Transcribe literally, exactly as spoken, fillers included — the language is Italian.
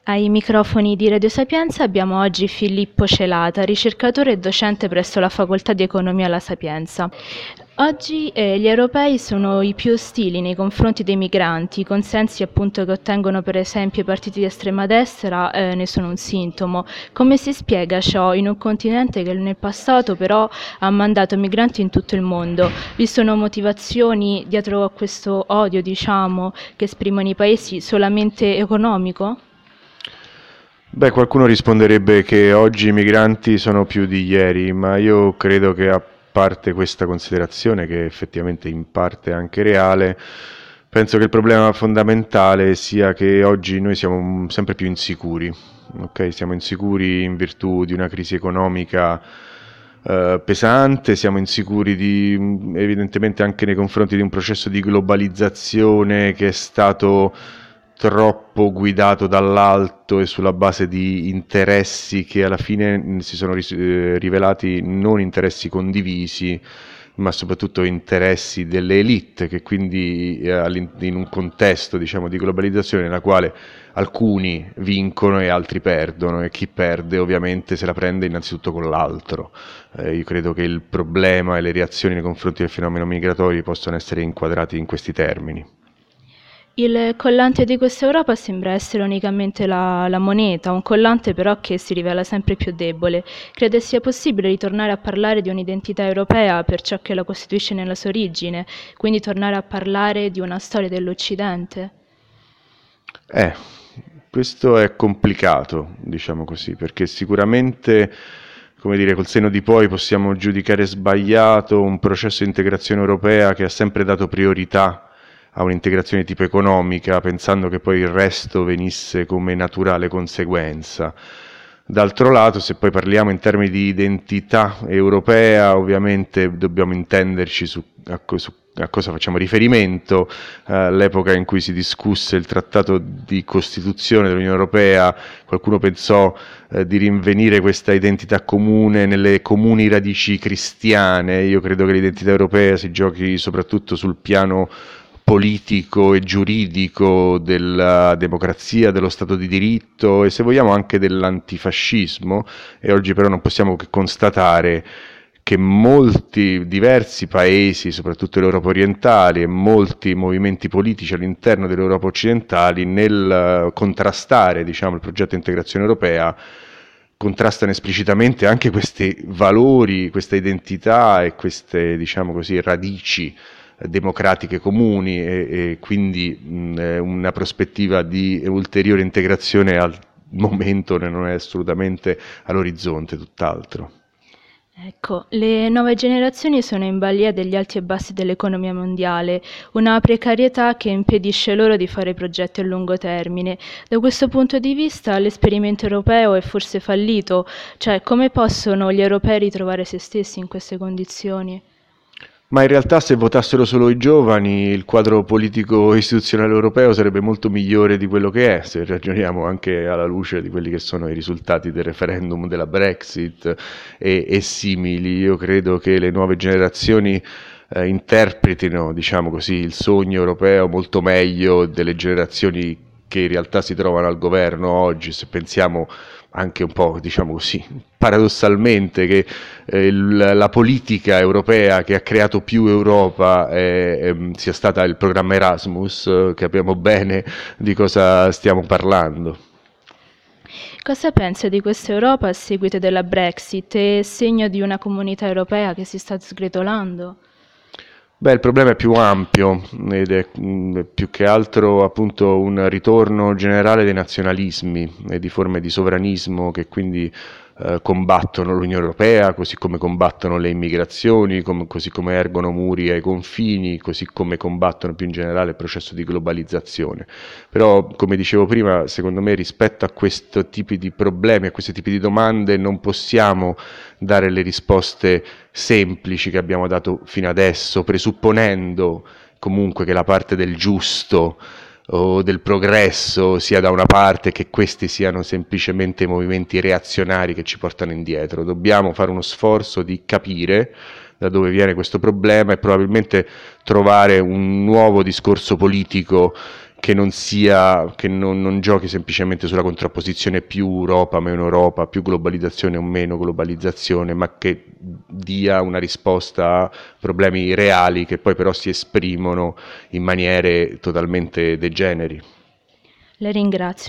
Ai microfoni di Radio Sapienza abbiamo oggi Filippo Celata, ricercatore e docente presso la Facoltà di Economia La Sapienza. Oggi eh, gli europei sono i più ostili nei confronti dei migranti, i consensi appunto che ottengono per esempio i partiti di estrema destra eh, ne sono un sintomo. Come si spiega ciò in un continente che nel passato però ha mandato migranti in tutto il mondo? Vi sono motivazioni dietro a questo odio, diciamo, che esprimono i paesi solamente economico? Beh, qualcuno risponderebbe che oggi i migranti sono più di ieri, ma io credo che a parte questa considerazione, che effettivamente in parte è anche reale, penso che il problema fondamentale sia che oggi noi siamo sempre più insicuri, ok? Siamo insicuri in virtù di una crisi economica eh, pesante, siamo insicuri di, evidentemente anche nei confronti di un processo di globalizzazione che è stato troppo guidato dall'alto e sulla base di interessi che alla fine si sono ris- eh, rivelati non interessi condivisi, ma soprattutto interessi delle elite, che quindi eh, in un contesto, diciamo, di globalizzazione nella quale alcuni vincono e altri perdono, e chi perde ovviamente se la prende innanzitutto con l'altro. Eh, io credo che il problema e le reazioni nei confronti del fenomeno migratorio possano essere inquadrati in questi termini. Il collante di questa Europa sembra essere unicamente la, la moneta, un collante però che si rivela sempre più debole. Crede sia possibile ritornare a parlare di un'identità europea per ciò che la costituisce nella sua origine, quindi tornare a parlare di una storia dell'Occidente? Eh, questo è complicato, diciamo così, perché sicuramente, come dire, col senno di poi possiamo giudicare sbagliato un processo di integrazione europea che ha sempre dato priorità a un'integrazione tipo economica, pensando che poi il resto venisse come naturale conseguenza. D'altro lato, se poi parliamo in termini di identità europea, ovviamente dobbiamo intenderci su a, su a cosa facciamo riferimento. All'epoca in cui si discusse il trattato di costituzione dell'Unione Europea, qualcuno pensò eh, di rinvenire questa identità comune nelle comuni radici cristiane. Io credo che l'identità europea si giochi soprattutto sul piano politico e giuridico della democrazia, dello Stato di diritto e, se vogliamo, anche dell'antifascismo, e oggi però non possiamo che constatare che molti diversi paesi, soprattutto l'Europa orientale, e molti movimenti politici all'interno dell'Europa occidentali, nel contrastare, diciamo, il progetto di integrazione europea, contrastano esplicitamente anche questi valori, questa identità e queste, diciamo così, radici democratiche comuni, e, e quindi mh, una prospettiva di ulteriore integrazione al momento non è assolutamente all'orizzonte, tutt'altro. Ecco, le nuove generazioni sono in balia degli alti e bassi dell'economia mondiale, una precarietà che impedisce loro di fare progetti a lungo termine. Da questo punto di vista l'esperimento europeo è forse fallito, cioè come possono gli europei ritrovare se stessi in queste condizioni? Ma in realtà, se votassero solo i giovani, il quadro politico istituzionale europeo sarebbe molto migliore di quello che è, se ragioniamo anche alla luce di quelli che sono i risultati del referendum della Brexit e, e simili. Io credo che le nuove generazioni eh, interpretino, diciamo così, il sogno europeo molto meglio delle generazioni che in realtà si trovano al governo oggi. Se pensiamo anche un po', diciamo così, paradossalmente, che eh, il, la politica europea che ha creato più Europa eh, eh, sia stata il programma Erasmus, eh, capiamo bene di cosa stiamo parlando. Cosa pensa di questa Europa a seguito della Brexit? È segno di una comunità europea che si sta sgretolando? Beh, il problema è più ampio ed è mh, più che altro appunto un ritorno generale dei nazionalismi e di forme di sovranismo che quindi eh, combattono l'Unione Europea, così come combattono le immigrazioni, com- così come ergono muri ai confini, così come combattono più in generale il processo di globalizzazione. Però, come dicevo prima, secondo me rispetto a questi tipi di problemi, a questi tipi di domande, non possiamo dare le risposte semplici che abbiamo dato fino adesso, presupponendo comunque che la parte del giusto o del progresso sia da una parte e che questi siano semplicemente movimenti reazionari che ci portano indietro. Dobbiamo fare uno sforzo di capire da dove viene questo problema e probabilmente trovare un nuovo discorso politico che non sia, che non, non giochi semplicemente sulla contrapposizione più Europa, meno Europa, più globalizzazione o meno globalizzazione, ma che dia una risposta a problemi reali che poi però si esprimono in maniere totalmente degeneri. Le ringrazio.